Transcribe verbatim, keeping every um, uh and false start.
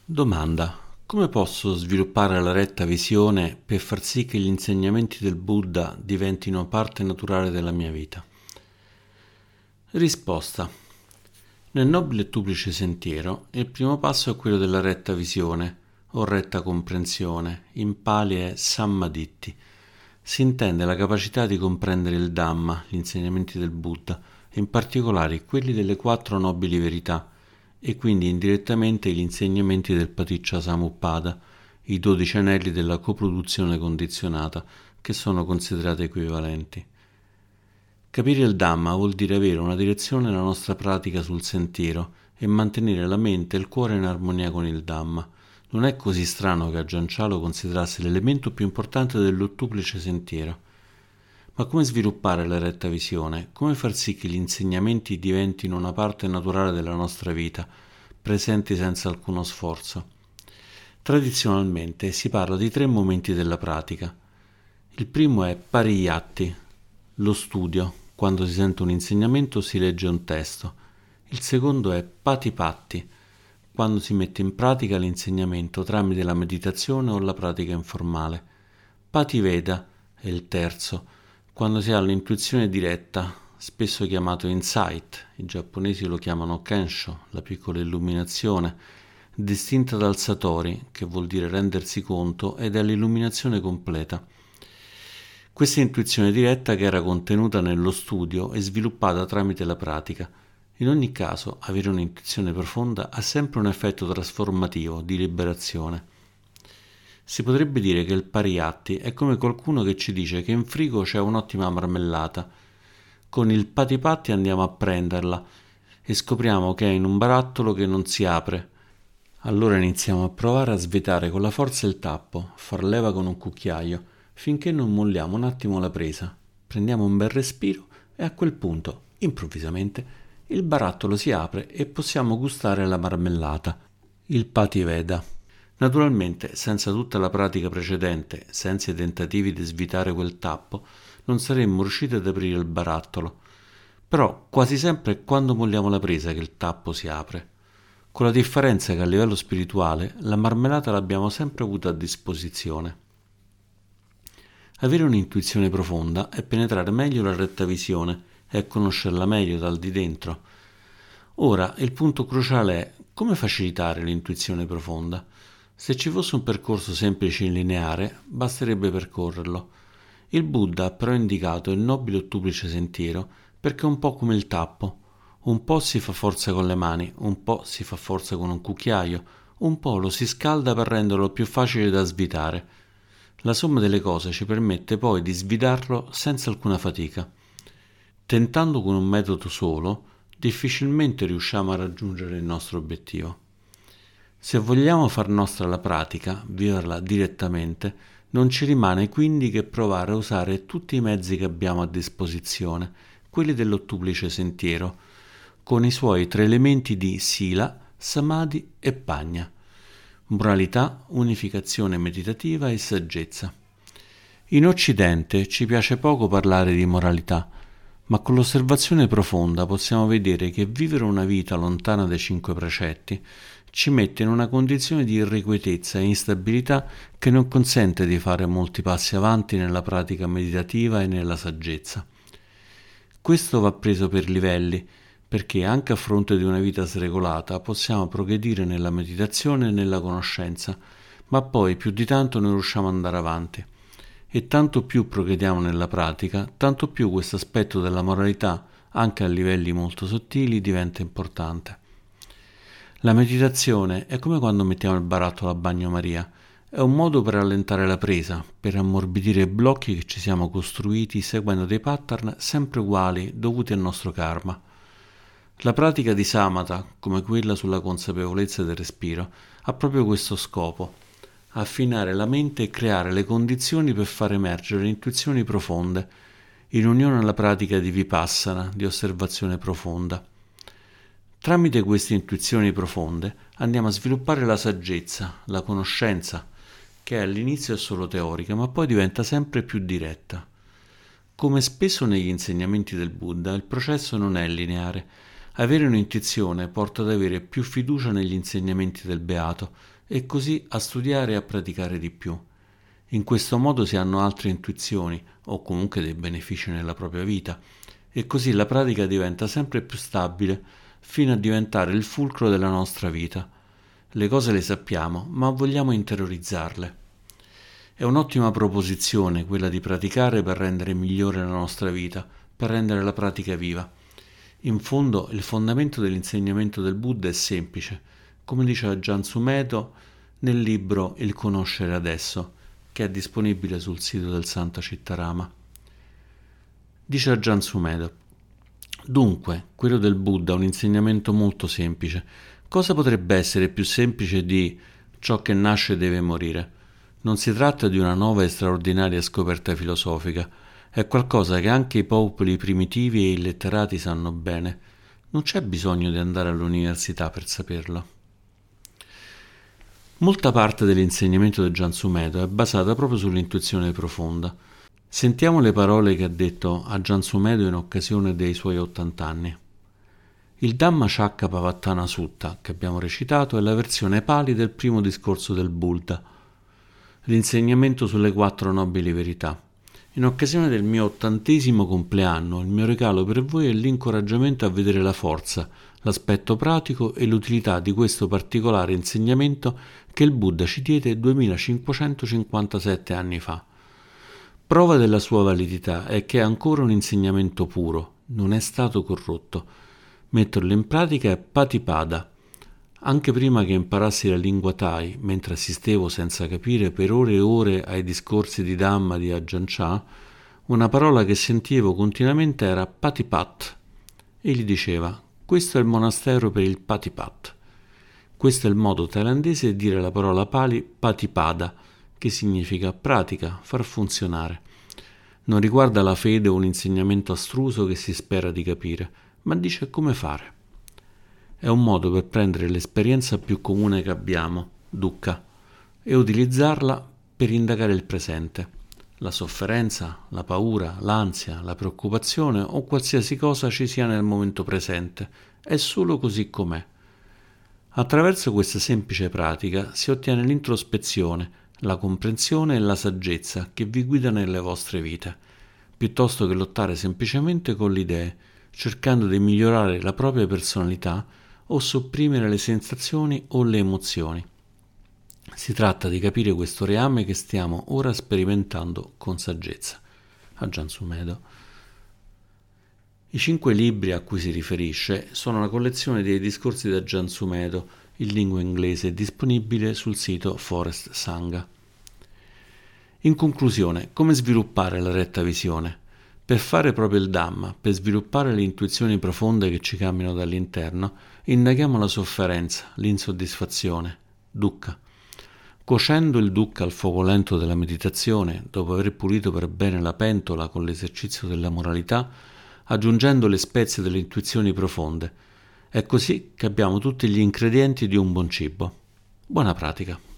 Domanda: come posso sviluppare la retta visione per far sì che gli insegnamenti del Buddha diventino parte naturale della mia vita? Risposta: nel nobile e duplice sentiero il primo passo è quello della retta visione o retta comprensione, in pali è Sammaditthi. Si intende la capacità di comprendere il Dhamma, gli insegnamenti del Buddha, e in particolare quelli delle quattro nobili verità, e quindi indirettamente gli insegnamenti del Paticca-Samuppada, i dodici anelli della coproduzione condizionata, che sono considerati equivalenti. Capire il Dhamma vuol dire avere una direzione nella nostra pratica sul sentiero e mantenere la mente e il cuore in armonia con il Dhamma. Non è così strano che Ajahn lo considerasse l'elemento più importante dell'ottuplice sentiero. Ma come sviluppare la retta visione? Come far sì che gli insegnamenti diventino una parte naturale della nostra vita, presenti senza alcuno sforzo? Tradizionalmente si parla di tre momenti della pratica. Il primo è pariyatti, lo studio. Quando si sente un insegnamento si legge un testo. Il secondo è patipatti, quando si mette in pratica l'insegnamento tramite la meditazione o la pratica informale. Pativeda è il terzo, quando si ha l'intuizione diretta, spesso chiamato insight, i giapponesi lo chiamano kensho, la piccola illuminazione, distinta dal satori, che vuol dire rendersi conto, ed è l'illuminazione completa. Questa intuizione diretta che era contenuta nello studio è sviluppata tramite la pratica. In ogni caso, avere un'intuizione profonda ha sempre un effetto trasformativo, di liberazione. Si potrebbe dire che il pariyatti è come qualcuno che ci dice che in frigo c'è un'ottima marmellata. Con il patipatti andiamo a prenderla e scopriamo che è in un barattolo che non si apre. Allora iniziamo a provare a svetare con la forza il tappo, far leva con un cucchiaio, finché non molliamo un attimo la presa. Prendiamo un bel respiro e a quel punto, improvvisamente, il barattolo si apre e possiamo gustare la marmellata, il pativeda. Naturalmente, senza tutta la pratica precedente, senza i tentativi di svitare quel tappo, non saremmo riusciti ad aprire il barattolo. Però quasi sempre è quando molliamo la presa che il tappo si apre. Con la differenza che a livello spirituale la marmellata l'abbiamo sempre avuta a disposizione. Avere un'intuizione profonda è penetrare meglio la retta visione e conoscerla meglio dal di dentro. Ora, il punto cruciale è come facilitare l'intuizione profonda. Se ci fosse un percorso semplice e lineare, basterebbe percorrerlo. Il Buddha ha però indicato il nobile ottuplice sentiero perché è un po' come il tappo. Un po' si fa forza con le mani, un po' si fa forza con un cucchiaio, un po' lo si scalda per renderlo più facile da svitare. La somma delle cose ci permette poi di svitarlo senza alcuna fatica. Tentando con un metodo solo, difficilmente riusciamo a raggiungere il nostro obiettivo. Se vogliamo far nostra la pratica, viverla direttamente, non ci rimane quindi che provare a usare tutti i mezzi che abbiamo a disposizione, quelli dell'ottuplice sentiero, con i suoi tre elementi di sila, samadhi e pagna. Moralità, unificazione meditativa e saggezza. In Occidente ci piace poco parlare di moralità, ma con l'osservazione profonda possiamo vedere che vivere una vita lontana dai cinque precetti ci mette in una condizione di irrequietezza e instabilità che non consente di fare molti passi avanti nella pratica meditativa e nella saggezza. Questo va preso per livelli, perché anche a fronte di una vita sregolata possiamo progredire nella meditazione e nella conoscenza, ma poi più di tanto non riusciamo ad andare avanti. E tanto più progrediamo nella pratica, tanto più questo aspetto della moralità, anche a livelli molto sottili, diventa importante. La meditazione è come quando mettiamo il barattolo a bagnomaria. È un modo per rallentare la presa, per ammorbidire i blocchi che ci siamo costruiti seguendo dei pattern sempre uguali dovuti al nostro karma. La pratica di samatha, come quella sulla consapevolezza del respiro, ha proprio questo scopo: affinare la mente e creare le condizioni per far emergere intuizioni profonde, in unione alla pratica di vipassana, di osservazione profonda. Tramite queste intuizioni profonde andiamo a sviluppare la saggezza, la conoscenza, che all'inizio è solo teorica, ma poi diventa sempre più diretta. Come spesso negli insegnamenti del Buddha, il processo non è lineare. Avere un'intuizione porta ad avere più fiducia negli insegnamenti del beato e così a studiare e a praticare di più. In questo modo si hanno altre intuizioni o comunque dei benefici nella propria vita e così la pratica diventa sempre più stabile fino a diventare il fulcro della nostra vita. Le cose le sappiamo, ma vogliamo interiorizzarle. È un'ottima proposizione quella di praticare per rendere migliore la nostra vita, per rendere la pratica viva. In fondo, il fondamento dell'insegnamento del Buddha è semplice, come dice Ajahn Sumedho nel libro Il conoscere adesso, che è disponibile sul sito del Santa Cittarama. Dice Ajahn Sumedho: dunque, quello del Buddha è un insegnamento molto semplice. Cosa potrebbe essere più semplice di ciò che nasce deve morire? Non si tratta di una nuova e straordinaria scoperta filosofica, è qualcosa che anche i popoli primitivi e illetterati sanno bene. Non c'è bisogno di andare all'università per saperlo. Molta parte dell'insegnamento di Ajahn Sumedho è basata proprio sull'intuizione profonda. Sentiamo le parole che ha detto Ajahn Sumedho in occasione dei suoi ottanta anni. Il Dhammacakkappavattana Sutta, che abbiamo recitato, è la versione Pali del primo discorso del Buddha, l'insegnamento sulle quattro nobili verità. In occasione del mio ottantesimo compleanno, il mio regalo per voi è l'incoraggiamento a vedere la forza, l'aspetto pratico e l'utilità di questo particolare insegnamento che il Buddha ci diede duemilacinquecentocinquantasette anni fa. Prova della sua validità è che è ancora un insegnamento puro, non è stato corrotto. Metterlo in pratica è patipada. Anche prima che imparassi la lingua Thai, mentre assistevo senza capire per ore e ore ai discorsi di Dhamma di Ajahn Chah, una parola che sentivo continuamente era Patipat. Egli diceva: questo è il monastero per il Patipat. Questo è il modo thailandese di dire la parola Pali Patipada, che significa pratica, far funzionare. Non riguarda la fede o un insegnamento astruso che si spera di capire, ma dice come fare. È un modo per prendere l'esperienza più comune che abbiamo, dukkha, e utilizzarla per indagare il presente. La sofferenza, la paura, l'ansia, la preoccupazione o qualsiasi cosa ci sia nel momento presente, è solo così com'è. Attraverso questa semplice pratica si ottiene l'introspezione, la comprensione e la saggezza che vi guida nelle vostre vite, piuttosto che lottare semplicemente con le idee, cercando di migliorare la propria personalità o sopprimere le sensazioni o le emozioni. Si tratta di capire questo reame che stiamo ora sperimentando con saggezza. Ajahn Sumedho. I cinque libri a cui si riferisce sono la collezione dei discorsi di Ajahn Sumedho in lingua inglese disponibile sul sito Forest Sangha. In conclusione, come sviluppare la retta visione? Per fare proprio il Dhamma, per sviluppare le intuizioni profonde che ci cambiano dall'interno, indaghiamo la sofferenza, l'insoddisfazione, dukkha. Cuocendo il dukkha al fuoco lento della meditazione, dopo aver pulito per bene la pentola con l'esercizio della moralità, aggiungendo le spezie delle intuizioni profonde, è così che abbiamo tutti gli ingredienti di un buon cibo. Buona pratica!